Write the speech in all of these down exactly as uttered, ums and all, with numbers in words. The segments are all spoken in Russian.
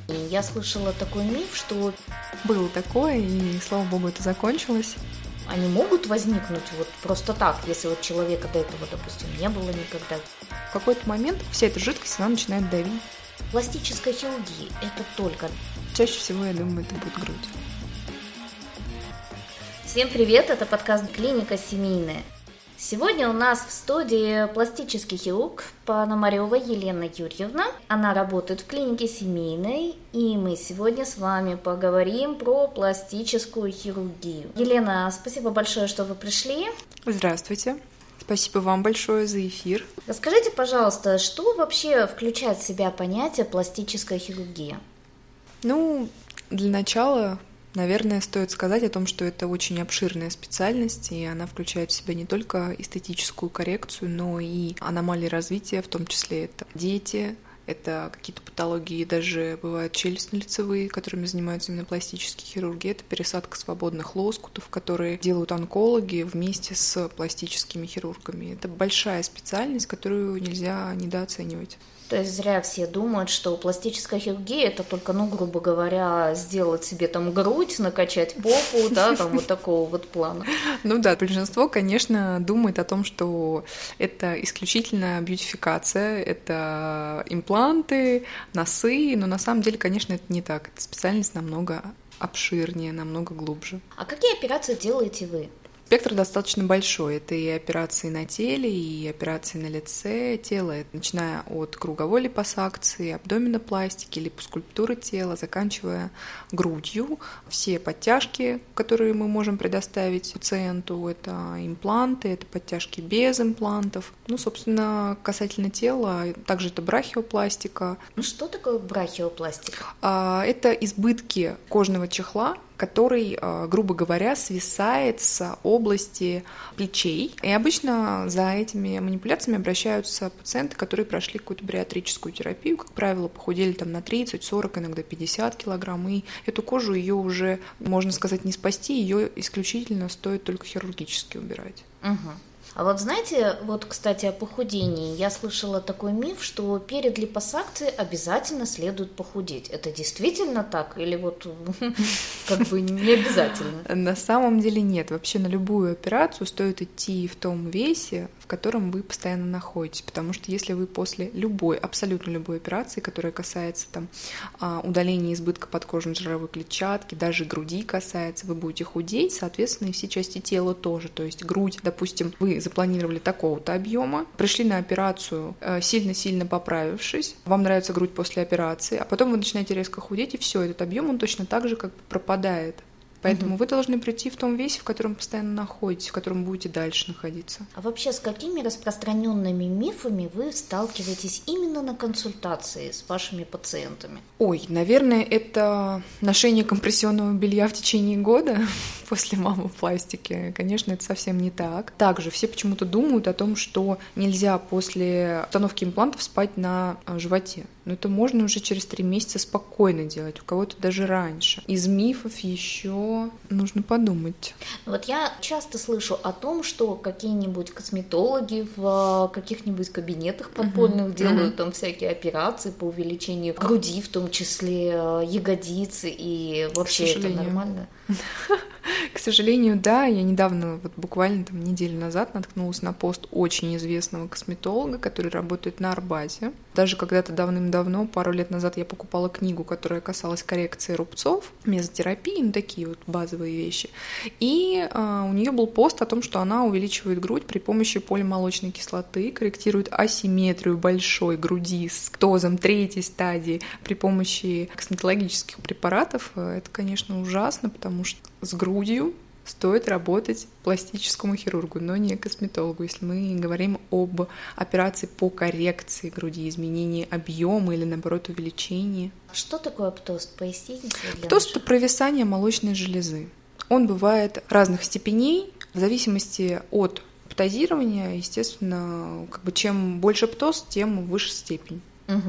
И я слышала такой миф, что было такое, и, слава богу, это закончилось. Они могут возникнуть вот просто так, если вот человека до этого, допустим, не было никогда. В какой-то момент вся эта жидкость, она начинает давить. Пластическая хирургия – это только... Чаще всего, я думаю, это будет грудь. Всем привет, это подкаст «Клиника семейная». Сегодня у нас в студии пластический хирург Пономарева Елена Юрьевна. Она работает в клинике семейной, и мы сегодня с вами поговорим про пластическую хирургию. Елена, спасибо большое, что вы пришли. Здравствуйте. Спасибо вам большое за эфир. Расскажите, пожалуйста, что вообще включает в себя понятие пластическая хирургия? Ну, для начала... Наверное, стоит сказать о том, что это очень обширная специальность, и она включает в себя не только эстетическую коррекцию, но и аномалии развития, в том числе это дети, это какие-то патологии, даже бывают челюстно-лицевые, которыми занимаются именно пластические хирурги, это пересадка свободных лоскутов, которые делают онкологи вместе с пластическими хирургами. Это большая специальность, которую нельзя недооценивать. То есть зря все думают, что пластическая хирургия это только, ну, грубо говоря, сделать себе там грудь, накачать попу, да, там вот такого вот плана. Ну да, большинство, конечно, думает о том, что это исключительно бьютификация, это импланты, носы, но на самом деле, конечно, это не так. Эта специальность намного обширнее, намного глубже. А какие операции делаете вы? Спектр достаточно большой. Это и операции на теле, и операции на лице. Тело, начиная от круговой липосакции, абдоминопластики, липоскульптуры тела, заканчивая грудью. Все подтяжки, которые мы можем предоставить пациенту, это импланты, это подтяжки без имплантов. Ну, собственно, касательно тела, также это брахиопластика. Что такое брахиопластика? Это избытки кожного чехла, который, грубо говоря, свисает с области плечей. И обычно за этими манипуляциями обращаются пациенты, которые прошли какую-то бариатрическую терапию, как правило, похудели там на тридцать, сорок, иногда пятьдесят килограмм, и эту кожу ее уже, можно сказать, не спасти, ее исключительно стоит только хирургически убирать. Угу. А вот знаете, вот, кстати, о похудении. Я слышала такой миф, что перед липосакцией обязательно следует похудеть. Это действительно так? Или вот как бы не обязательно? На самом деле нет. Вообще на любую операцию стоит идти в том весе, в котором вы постоянно находитесь. Потому что если вы после любой, абсолютно любой операции, которая касается там удаления избытка подкожной жировой клетчатки, даже груди касается, вы будете худеть, соответственно, и все части тела тоже. То есть грудь, допустим, вы запланировали такого-то объема, пришли на операцию, сильно-сильно поправившись, вам нравится грудь после операции, а потом вы начинаете резко худеть, и все, этот объем, он точно так же как бы пропадает. Поэтому угу. вы должны прийти в том весе, в котором постоянно находитесь, в котором будете дальше находиться. А вообще с какими распространенными мифами вы сталкиваетесь именно на консультации с вашими пациентами? Ой, наверное, это ношение компрессионного белья в течение года после мамопластики. Конечно, это совсем не так. Также все почему-то думают о том, что нельзя после установки имплантов спать на животе. Но это можно уже через три месяца спокойно делать, у кого-то даже раньше. Из мифов еще нужно подумать. Вот я часто слышу о том, что какие-нибудь косметологи в каких-нибудь кабинетах подпольных uh-huh. делают uh-huh. там всякие операции по увеличению груди, в том числе ягодицы, и вообще это нормально? К сожалению, да. Я недавно, вот буквально там неделю назад наткнулась на пост очень известного косметолога, который работает на Арбате. Даже когда-то давным-давно, пару лет назад, я покупала книгу, которая касалась коррекции рубцов, мезотерапии, ну такие вот базовые вещи. И а, у нее был пост о том, что она увеличивает грудь при помощи полимолочной кислоты, корректирует асимметрию большой груди с ктозом третьей стадии при помощи косметологических препаратов. Это, конечно, ужасно, потому что с грудью стоит работать пластическому хирургу, но не косметологу, если мы говорим об операции по коррекции груди, изменении объема или, наоборот, увеличении. Что такое птоз? Поясните. Птоз – это провисание молочной железы. Он бывает разных степеней, в зависимости от птозирования, естественно, как бы чем больше птоз, тем выше степень. Угу.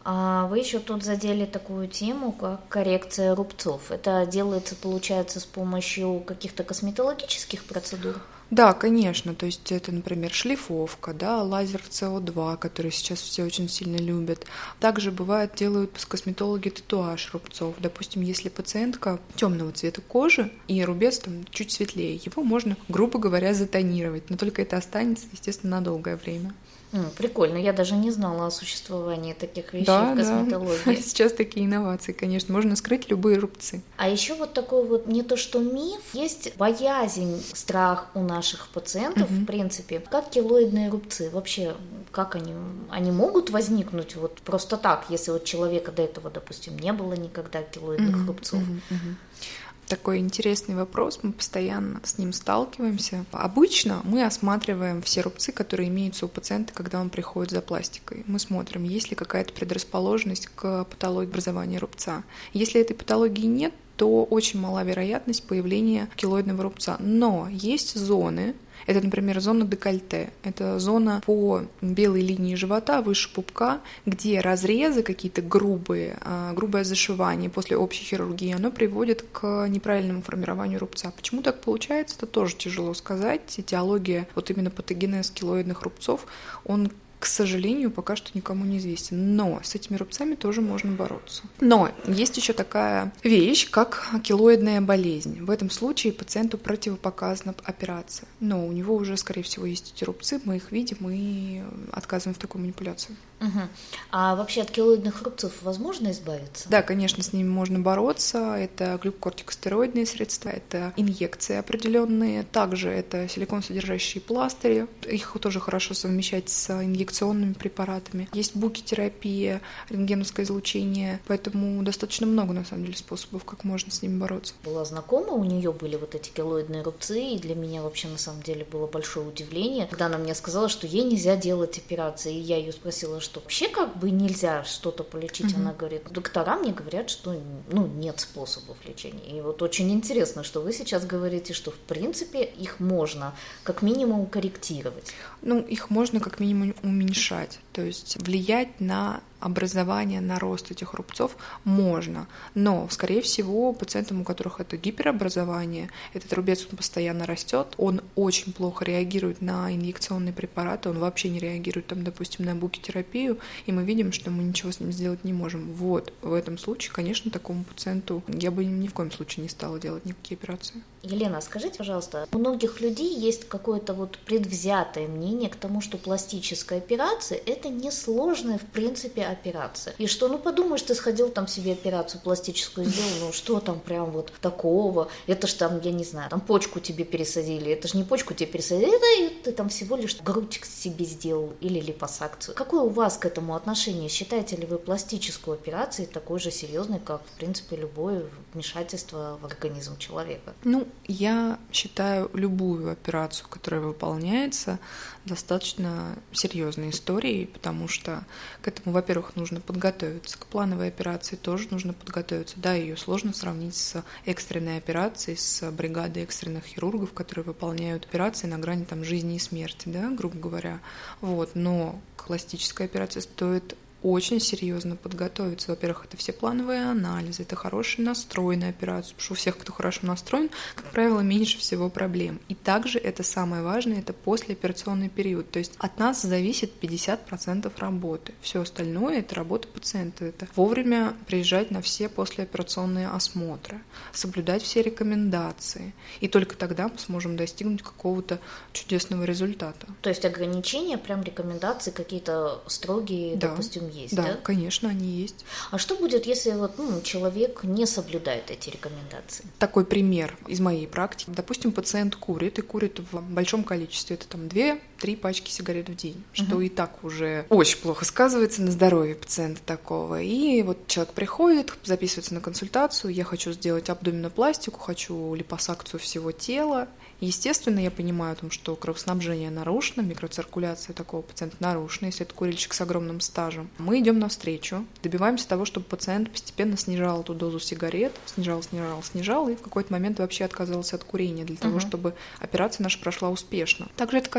А вы еще тут задели такую тему, как коррекция рубцов. Это делается, получается, с помощью каких-то косметологических процедур? Да, конечно, то есть это, например, шлифовка, да, лазер в С О два, который сейчас все очень сильно любят. Также бывает, делают косметологи татуаж рубцов. Допустим, если пациентка темного цвета кожи и рубец там чуть светлее, его можно, грубо говоря, затонировать, но только это останется, естественно, на долгое время. М, прикольно, я даже не знала о существовании таких вещей Да, в косметологии. да. Сейчас такие инновации, конечно, можно скрыть любые рубцы. А еще вот такой вот не то что миф, есть боязнь, страх у наших пациентов, Мгм. в принципе, как келоидные рубцы. Вообще, как они, они могут возникнуть вот просто так, если вот человека до этого, допустим, не было никогда келоидных Мгм, рубцов? мгм, мгм. Такой интересный вопрос, мы постоянно с ним сталкиваемся. Обычно мы осматриваем все рубцы, которые имеются у пациента, когда он приходит за пластикой. Мы смотрим, есть ли какая-то предрасположенность к патологии образования рубца. Если этой патологии нет, то очень мала вероятность появления келоидного рубца. Но есть зоны, это, например, зона декольте, это зона по белой линии живота выше пупка, где разрезы какие-то грубые, грубое зашивание после общей хирургии, оно приводит к неправильному формированию рубца. Почему так получается, это тоже тяжело сказать. Этиология, вот именно патогенез келоидных рубцов, он, к сожалению, пока что никому не известен. Но с этими рубцами тоже можно бороться. Но есть еще такая вещь, как келоидная болезнь. В этом случае пациенту противопоказана операция. Но у него уже, скорее всего, есть эти рубцы, мы их видим и отказываем в такой манипуляции. Угу. А вообще от келоидных рубцов возможно избавиться? Да, конечно, с ними можно бороться. Это глюкокортикостероидные средства, это инъекции определенные, также это силикон-содержащие пластыри. Их тоже хорошо совмещать с инъекционными препаратами. Есть буки-терапия, рентгеновское излучение, поэтому достаточно много, на самом деле, способов, как можно с ними бороться. Была знакома, у нее были вот эти келоидные рубцы, и для меня вообще на самом деле было большое удивление, когда она мне сказала, что ей нельзя делать операции, и я ее спросила, что вообще как бы нельзя что-то полечить. Mm-hmm. Она говорит, доктора мне говорят, что ну, нет способов лечения. И вот очень интересно, что вы сейчас говорите, что в принципе их можно как минимум корректировать. Ну, их можно как минимум уменьшать, то есть влиять на образование, на рост этих рубцов можно, но, скорее всего, пациентам, у которых это гиперобразование, этот рубец он постоянно растет, он очень плохо реагирует на инъекционные препараты, он вообще не реагирует, там, допустим, на букитерапию, и мы видим, что мы ничего с ним сделать не можем. Вот, в этом случае, конечно, такому пациенту я бы ни в коем случае не стала делать никакие операции. Елена, скажите, пожалуйста, у многих людей есть какое-то вот предвзятое мнение к тому, что пластическая операция – это несложная, в принципе, операция. И что, ну подумаешь, ты сходил там себе операцию пластическую сделал, ну что там прям вот такого, это ж там, я не знаю, там почку тебе пересадили, это ж не почку тебе пересадили, это ты там всего лишь грудь себе сделал или липосакцию. Какое у вас к этому отношение? Считаете ли вы пластическую операцию такой же серьезной, как, в принципе, любое вмешательство в организм человека? Ну, я считаю любую операцию, которая выполняется, достаточно серьезной историей, потому что к этому, во-первых, нужно подготовиться, к плановой операции тоже нужно подготовиться. Да, ее сложно сравнить с экстренной операцией, с бригадой экстренных хирургов, которые выполняют операции на грани там, жизни и смерти, да, грубо говоря. Вот. Но к пластической операции стоит очень серьезно подготовиться. Во-первых, это все плановые анализы, это хороший настрой на операцию, потому что у всех, кто хорошо настроен, как правило, меньше всего проблем. И также это самое важное, это послеоперационный период. То есть от нас зависит пятьдесят процентов работы. Все остальное — это работа пациента. Это вовремя приезжать на все послеоперационные осмотры, соблюдать все рекомендации. И только тогда мы сможем достигнуть какого-то чудесного результата. То есть ограничения, прям рекомендации какие-то строгие, да. допустим, есть, да? Да, конечно, они есть. А что будет, если вот, ну, человек не соблюдает эти рекомендации? Такой пример из моей практики. Допустим, пациент курит, и курит в большом количестве. Это там две-три пачки сигарет в день, что uh-huh. и так уже очень плохо сказывается на здоровье пациента такого. И вот человек приходит, записывается на консультацию, я хочу сделать абдоминопластику, хочу липосакцию всего тела. Естественно, я понимаю, что кровоснабжение нарушено, микроциркуляция такого пациента нарушена, если это курильщик с огромным стажем. Мы идем навстречу, добиваемся того, чтобы пациент постепенно снижал эту дозу сигарет, снижал, снижал, снижал, и в какой-то момент вообще отказывался от курения для того, uh-huh. чтобы операция наша прошла успешно. Также это касается и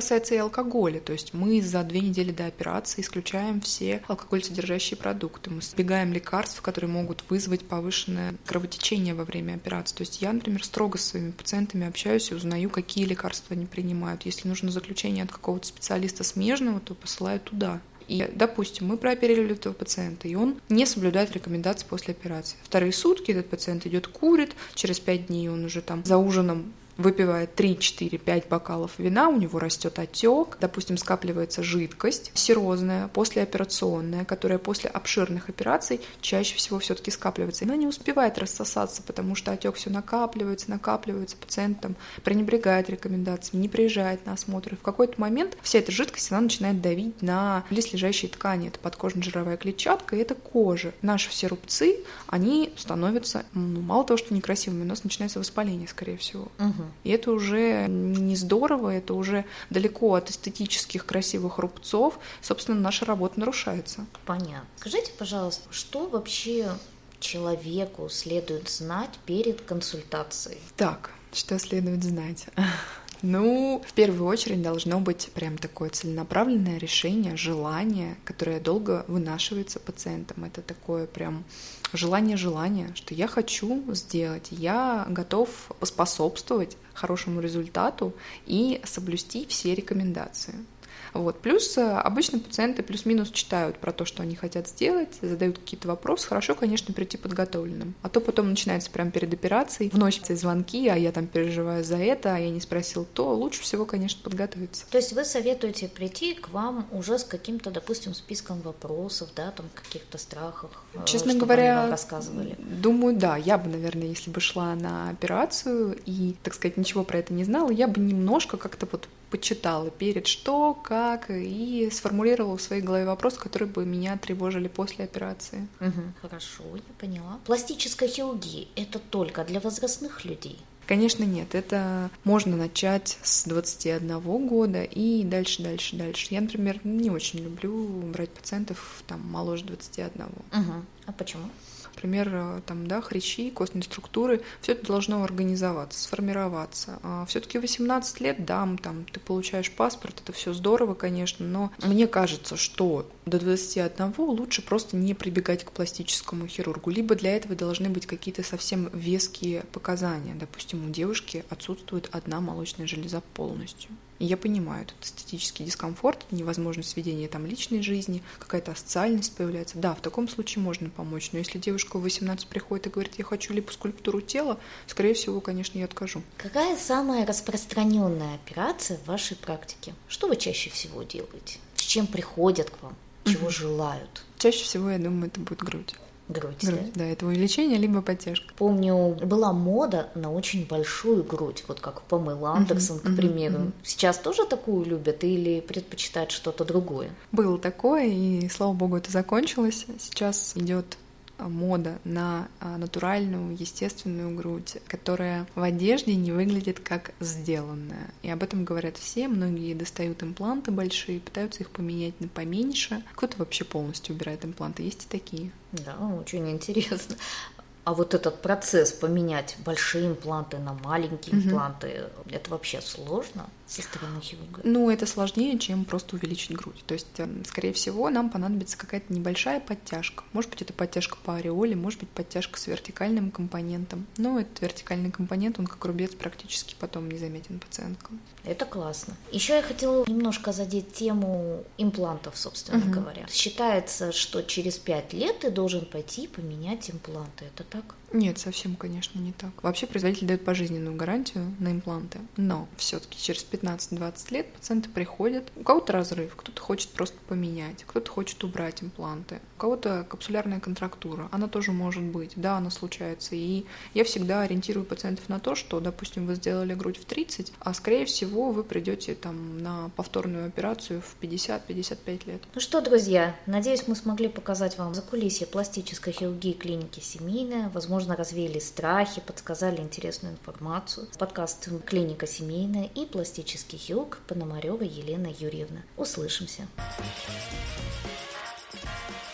алкоголя. То есть мы за две недели до операции исключаем все алкоголь содержащие продукты. Мы избегаем лекарств, которые могут вызвать повышенное кровотечение во время операции. То есть я, например, строго с своими пациентами общаюсь и узнаю, какие лекарства они принимают. Если нужно заключение от какого-то специалиста смежного, то посылаю туда. И, допустим, мы прооперировали этого пациента, и он не соблюдает рекомендации после операции. Вторые сутки этот пациент идет курит, через пять дней он уже там за ужином выпивает три, четыре, пять бокалов вина, у него растет отек, допустим, скапливается жидкость серозная, послеоперационная, которая после обширных операций чаще всего все-таки скапливается. Она не успевает рассосаться, потому что отек все накапливается, накапливается, пациент там пренебрегает рекомендациями, не приезжает на осмотр. И в какой-то момент вся эта жидкость, она начинает давить на близлежащие ткани. Это подкожно-жировая клетчатка и это кожа. Наши все рубцы, они становятся, ну, мало того, что некрасивыми, у нас начинается воспаление, скорее всего. Угу. И это уже не здорово, это уже далеко от эстетических красивых рубцов. Собственно, наша работа нарушается. Понятно. Скажите, пожалуйста, что вообще человеку следует знать перед консультацией? Так, что следует знать? Ну, в первую очередь должно быть прям такое целенаправленное решение, желание, которое долго вынашивается пациентом. Это такое прям желание-желание, что я хочу сделать, я готов поспособствовать хорошему результату и соблюсти все рекомендации. Вот. Плюс обычно пациенты плюс-минус читают про то, что они хотят сделать, задают какие-то вопросы. Хорошо, конечно, прийти подготовленным. А то потом начинается прямо перед операцией, вносятся звонки, а я там переживаю за это, а я не спросил то. Лучше всего, конечно, подготовиться. То есть вы советуете прийти к вам уже с каким-то, допустим, списком вопросов, да, там каких-то страхах, честно чтобы говоря, они вам рассказывали? Думаю, да. Я бы, наверное, если бы шла на операцию и, так сказать, ничего про это не знала, я бы немножко как-то вот почитала перед что, как, и сформулировала в своей голове вопросы, которые бы меня тревожили после операции. Угу, хорошо, я поняла. Пластическая хирургия – это только для возрастных людей? Конечно, нет. Это можно начать с двадцати одного года и дальше, дальше, дальше. Я, например, не очень люблю брать пациентов там моложе двадцати одного. Угу. А почему? Например, там, да, хрящи, костные структуры, все это должно организоваться, сформироваться. А все-таки восемнадцать лет, да, там, ты получаешь паспорт, это все здорово, конечно, но мне кажется, что до двадцати одного лучше просто не прибегать к пластическому хирургу, либо для этого должны быть какие-то совсем веские показания. Допустим, у девушки отсутствует одна молочная железа полностью. И я понимаю, этот эстетический дискомфорт, невозможность ведения там личной жизни, какая-то асоциальность появляется. Да, в таком случае можно помочь, но если девушка в восемнадцать приходит и говорит, я хочу липоскульптуру тела, скорее всего, конечно, я откажу. Какая самая распространенная операция в вашей практике? Что вы чаще всего делаете? С чем приходят к вам? Чего mm-hmm. желают? Чаще всего, я думаю, это будет грудь. Грудь, грудь, да? Да, это увеличение, либо подтяжка. Помню, была мода на очень большую грудь, вот как Памела Андерсон, uh-huh, к примеру. Uh-huh. Сейчас тоже такую любят или предпочитают что-то другое? Было такое, и, слава богу, это закончилось. Сейчас идет мода на натуральную, естественную грудь, которая в одежде не выглядит как сделанная. И об этом говорят все. Многие достают импланты большие, пытаются их поменять на поменьше. Кто-то вообще полностью убирает импланты. Есть и такие. Да, очень интересно. А вот этот процесс поменять большие импланты на маленькие угу. импланты, это вообще сложно со стороны хирурга? Ну, это сложнее, чем просто увеличить грудь. То есть, скорее всего, нам понадобится какая-то небольшая подтяжка. Может быть, это подтяжка по ореоле, может быть, подтяжка с вертикальным компонентом. Но этот вертикальный компонент, он как рубец практически потом не заметен пациенткам. Это классно. Еще я хотела немножко задеть тему имплантов, собственно угу. говоря. Считается, что через пять лет ты должен пойти поменять импланты. Это так? Нет, совсем, конечно, не так. Вообще производитель дает пожизненную гарантию на импланты, но все-таки через пятнадцать-двадцать лет пациенты приходят, у кого-то разрыв, кто-то хочет просто поменять, кто-то хочет убрать импланты, у кого-то капсулярная контрактура, она тоже может быть, да, она случается, и я всегда ориентирую пациентов на то, что, допустим, вы сделали грудь в тридцать, а скорее всего вы придете там на повторную операцию в пятьдесят-пятьдесят пять лет. Ну что, друзья, надеюсь, мы смогли показать вам закулисье пластической хирургии клиники «Семейная», возможно, развеяли страхи, подсказали интересную информацию. Подкаст «Клиника семейная» и пластический хирург Пономарева Елена Юрьевна. Услышимся!